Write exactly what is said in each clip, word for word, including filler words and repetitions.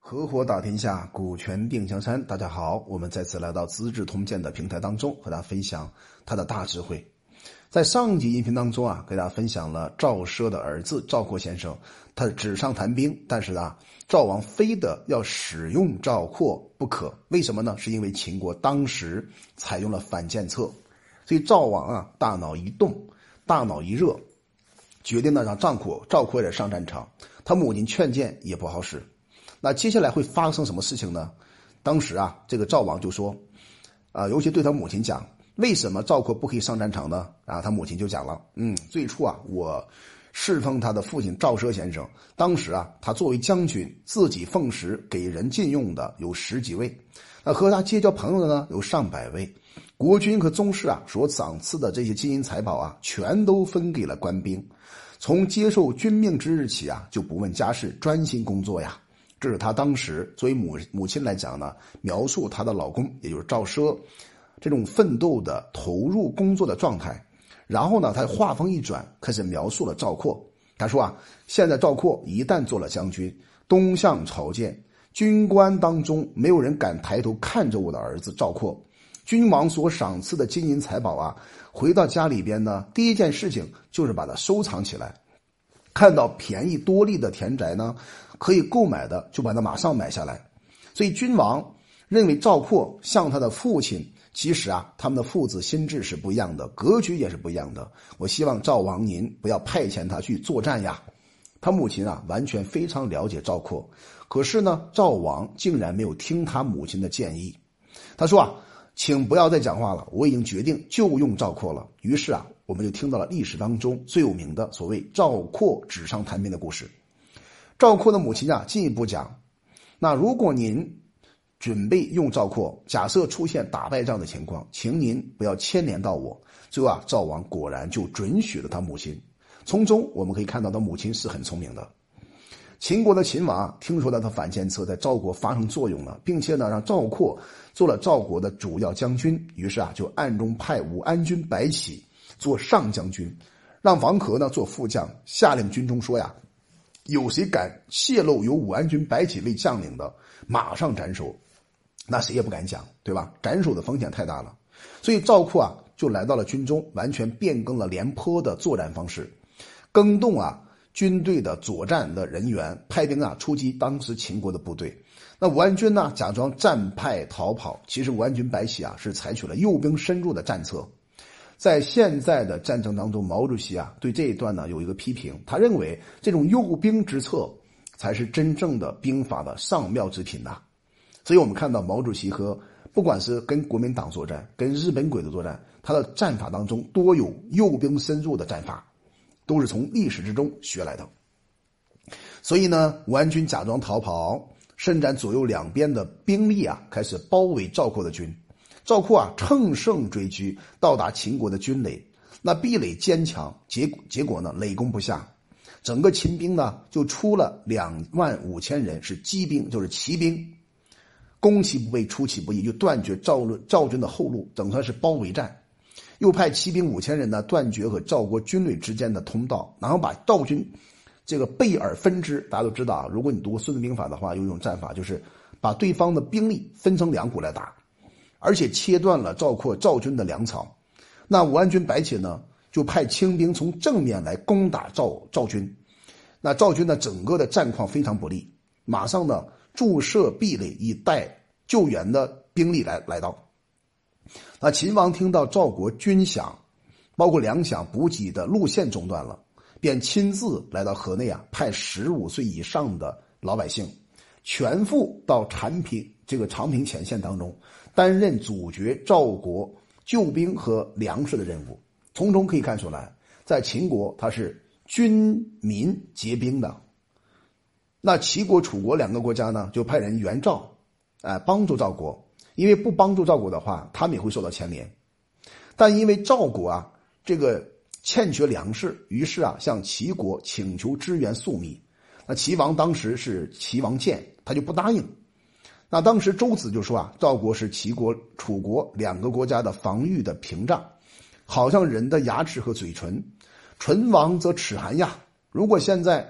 合伙打天下，股权定江山。大家好，我们再次来到资治通鉴的平台当中，和大家分享他的大智慧。在上集音频当中啊，给大家分享了赵奢的儿子赵括先生，他是纸上谈兵，但是呢，赵王非得要使用赵括不可。为什么呢？是因为秦国当时采用了反间策，所以赵王啊大脑一动，大脑一热，决定呢让赵括赵括也上战场。他母亲劝谏也不好使。那接下来会发生什么事情呢？当时啊，这个赵王就说，啊、呃，尤其对他母亲讲，为什么赵括不可以上战场呢？啊，他母亲就讲了，嗯，最初啊，我侍奉他的父亲赵奢先生，当时啊，他作为将军，自己奉食给人禁用的有十几位，那和他结交朋友的呢有上百位，国君和宗室啊所赏赐的这些金银财宝啊，全都分给了官兵，从接受军命之日起啊，就不问家事，专心工作呀。这是他当时作为母母亲来讲呢，描述她的老公，也就是赵奢，这种奋斗的投入工作的状态。然后呢，他话锋一转，开始描述了赵括。他说啊，现在赵括一旦做了将军，东向朝见，军官当中没有人敢抬头看着我的儿子赵括。君王所赏赐的金银财宝啊，回到家里边呢，第一件事情就是把它收藏起来。看到便宜多利的田宅呢，可以购买的就把它马上买下来。所以君王认为赵括像他的父亲，其实啊，他们的父子心智是不一样的，格局也是不一样的。我希望赵王您不要派遣他去作战呀。他母亲啊，完全非常了解赵括，可是呢，赵王竟然没有听他母亲的建议。他说啊，请不要再讲话了，我已经决定就用赵括了。于是啊，我们就听到了历史当中最有名的所谓赵括纸上谈兵的故事。赵括的母亲啊，进一步讲，那如果您准备用赵括，假设出现打败仗的情况，请您不要牵连到我。最后啊，赵王果然就准许了他母亲。从中我们可以看到他母亲是很聪明的。秦国的秦王听说他的反间策在赵国发生作用了，并且呢让赵括做了赵国的主要将军，于是啊就暗中派武安君白起做上将军，让王和呢做副将，下令军中说呀，有谁敢泄露由武安君白起为将领的，马上斩首。那谁也不敢讲，对吧？斩首的风险太大了。所以赵括啊就来到了军中，完全变更了廉颇的作战方式，更动啊军队的作战的人员，派兵啊出击当时秦国的部队。那武安君呢假装战败逃跑，其实武安君白起啊是采取了诱兵深入的战策。在现在的战争当中，毛主席啊对这一段呢有一个批评，他认为这种诱兵之策才是真正的兵法的上妙之品呐。所以我们看到毛主席和不管是跟国民党作战，跟日本鬼子作战，他的战法当中多有诱兵深入的战法，都是从历史之中学来的。所以呢，武安君假装逃跑，伸展左右两边的兵力啊，开始包围赵括的军。赵括啊乘胜追击，到达秦国的军垒，那壁垒坚强，结结果呢垒攻不下，整个秦兵呢就出了两万五千人，是骑兵，就是骑兵，攻其不备，出其不意，就断绝赵赵军的后路，整算是包围战。又派骑兵五千人呢断绝和赵国军队之间的通道，然后把赵军这个背而分之。大家都知道啊，如果你读过孙子兵法的话，有一种战法就是把对方的兵力分成两股来打，而且切断了赵括赵军的粮草。那武安君白起呢就派轻兵从正面来攻打赵赵军。那赵军呢整个的战况非常不利，马上呢驻设壁垒以待救援的兵力来来到。那秦王听到赵国军饷包括粮饷补给的路线中断了，便亲自来到河内啊，派十五岁以上的老百姓全副到长平这个长平前线当中，担任阻绝赵国救兵和粮食的任务。从中可以看出来，在秦国他是军民结兵的。那齐国楚国两个国家呢就派人援赵，哎、呃，帮助赵国，因为不帮助赵国的话，他们也会受到牵连。但因为赵国啊这个欠缺粮食，于是啊向齐国请求支援粟米。那齐王当时是齐王建，他就不答应。那当时周子就说啊，赵国是齐国楚国两个国家的防御的屏障，好像人的牙齿和嘴唇，唇亡则齿寒呀。如果现在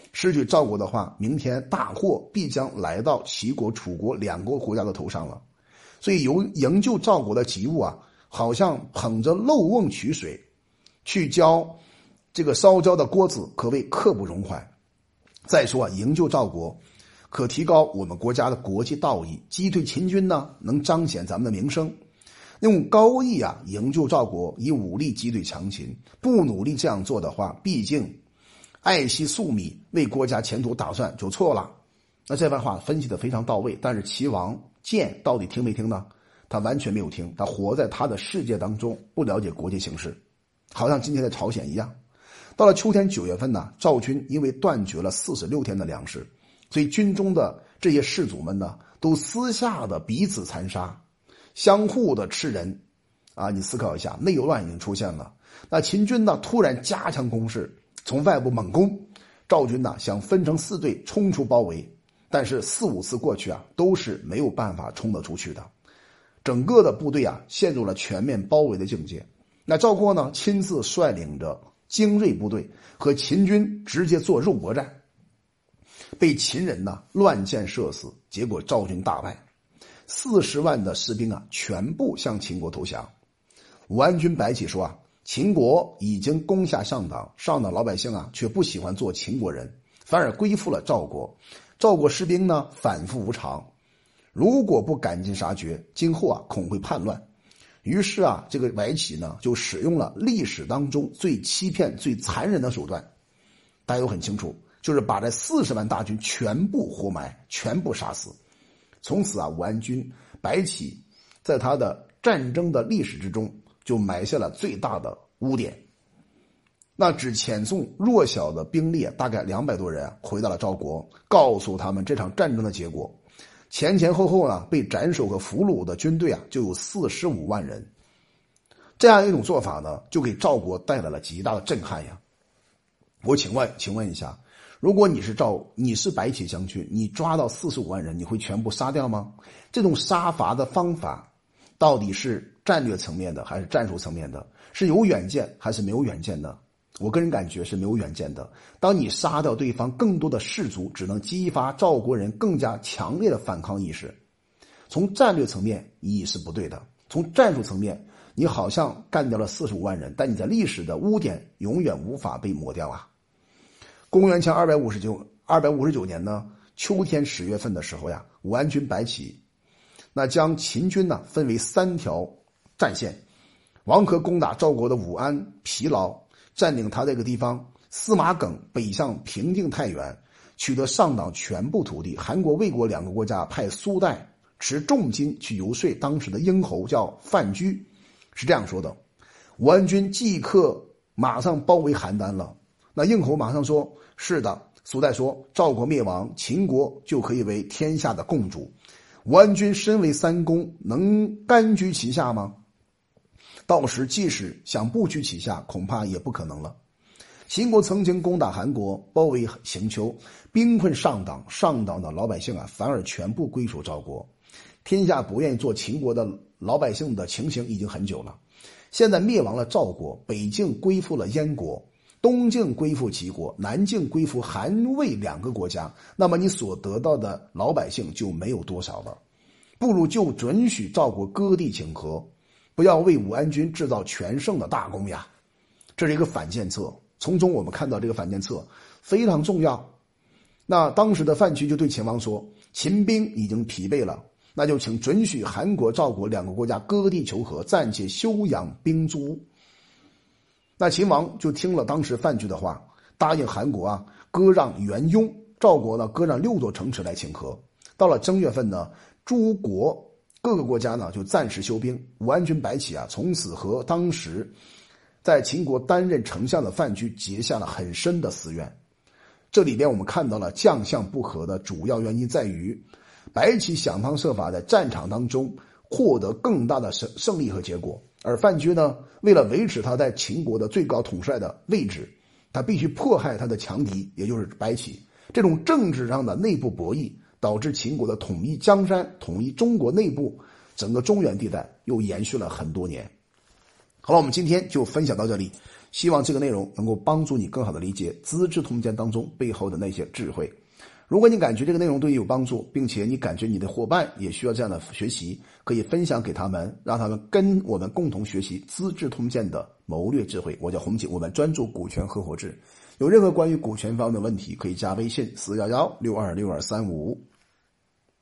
失去赵国的话，明天大祸必将来到齐国、楚国两个国家的头上了。所以由营救赵国的急务啊，好像捧着漏瓮取水，去浇这个烧焦的锅子，可谓刻不容缓。再说啊，营救赵国可提高我们国家的国际道义，击退秦军呢，能彰显咱们的名声。用高义啊营救赵国，以武力击退强秦，不努力这样做的话，毕竟爱惜粟米，为国家前途打算就错了。那这番话分析的非常到位，但是齐王建到底听没听呢？他完全没有听，他活在他的世界当中，不了解国际形势，好像今天的朝鲜一样。到了秋天九月份呢，赵军因为断绝了四十六天的粮食，所以军中的这些士卒们呢，都私下的彼此残杀，相互的吃人啊！你思考一下，内乱已经出现了。那秦军呢，突然加强攻势，从外部猛攻，赵军呢想分成四队冲出包围，但是四五次过去啊，都是没有办法冲得出去的。整个的部队啊，陷入了全面包围的境界。那赵括呢，亲自率领着精锐部队和秦军直接做肉搏战，被秦人呢乱箭射死，结果赵军大败，四十万的士兵啊，全部向秦国投降。武安君白起说啊，秦国已经攻下上党，上党老百姓啊，却不喜欢做秦国人，反而归附了赵国。赵国士兵呢，反复无常，如果不赶尽杀绝，今后啊，恐会叛乱。于是啊，这个白起呢，就使用了历史当中最欺骗、最残忍的手段，大家都很清楚，就是把这四十万大军全部活埋，全部杀死。从此啊，武安君白起在他的战争的历史之中就埋下了最大的污点。那只遣送弱小的兵力大概两百多人回到了赵国，告诉他们这场战争的结果。前前后后呢，被斩首和俘虏的军队啊，就有四十五万人。这样一种做法呢，就给赵国带来了极大的震撼呀。我请问，请问一下，如果你是赵，你是白起将军，你抓到四十五万人，你会全部杀掉吗？这种杀伐的方法，到底是战略层面的还是战术层面的？是有远见还是没有远见的？我个人感觉是没有远见的。当你杀掉对方更多的士卒，只能激发赵国人更加强烈的反抗意识。从战略层面，你是不对的；从战术层面，你好像干掉了四十五万人，但你在历史的污点永远无法被抹掉啊！公元前二百五十九二百五十九年呢，秋天十月份的时候呀，武安君白起那将秦军呢分为三条战线，王可攻打赵国的武安、疲劳，占领他这个地方；司马耿北向平定太原，取得上党全部土地。韩国、魏国两个国家派苏代持重金去游说当时的殷侯叫范雎，是这样说的：武安君即刻马上包围邯郸了。那殷侯马上说：是的。苏代说：赵国灭亡，秦国就可以为天下的共主。武安君身为三公，能甘居其下吗？到时即使想不居其下，恐怕也不可能了。秦国曾经攻打韩国，包围行丘，兵困上党，上党的老百姓啊，反而全部归属赵国。天下不愿意做秦国的老百姓的情形已经很久了。现在灭亡了赵国，北境归附了燕国，东境归附齐国，南境归附韩魏两个国家，那么你所得到的老百姓就没有多少了。不如就准许赵国割地请和，不要为武安君制造全胜的大功呀。这是一个反间策，从中我们看到这个反间策非常重要。那当时的范雎就对秦王说：秦兵已经疲惫了，那就请准许韩国、赵国两个国家割地求和，暂且休养兵卒。那秦王就听了当时范雎的话，答应韩国啊割让元雍，赵国呢割让六座城池来请和。到了正月份呢，诸国各个国家呢就暂时休兵。武安君白起啊，从此和当时在秦国担任丞相的范雎结下了很深的私怨。这里边我们看到了将相不和的主要原因在于，白起想方设法在战场当中获得更大的胜胜利和结果，而范雎呢，为了维持他在秦国的最高统帅的位置，他必须迫害他的强敌，也就是白起。这种政治上的内部博弈，导致秦国的统一江山、统一中国内部整个中原地带又延续了很多年。好了，我们今天就分享到这里， 希望这个内容能够帮助你更好的理解《资治通鉴》当中背后的那些智慧。如果你感觉这个内容对你有帮助，并且你感觉你的伙伴也需要这样的学习，可以分享给他们，让他们跟我们共同学习《资治通鉴》的谋略智慧。我叫洪锦，我们专注股权合伙制。有任何关于股权方面的问题，可以加微信四一一六二六二三五。